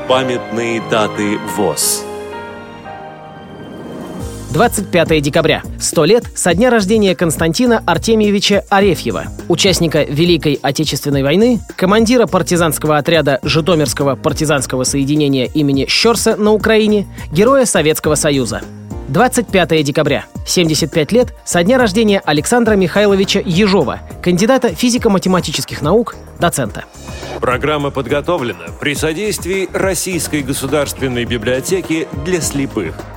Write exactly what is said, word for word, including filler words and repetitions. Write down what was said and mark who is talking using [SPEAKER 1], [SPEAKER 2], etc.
[SPEAKER 1] Памятные даты ВОС.
[SPEAKER 2] двадцать пятое декабря. Сто лет со дня рождения Константина Артемьевича Арефьева, участника Великой Отечественной войны, командира партизанского отряда Житомирского партизанского соединения имени Щорса на Украине, героя Советского Союза. двадцать пятое декабря. семьдесят пять лет со дня рождения Александра Михайловича Ежова, кандидата физико-математических наук, доцента.
[SPEAKER 1] Программа подготовлена при содействии Российской государственной библиотеки для слепых.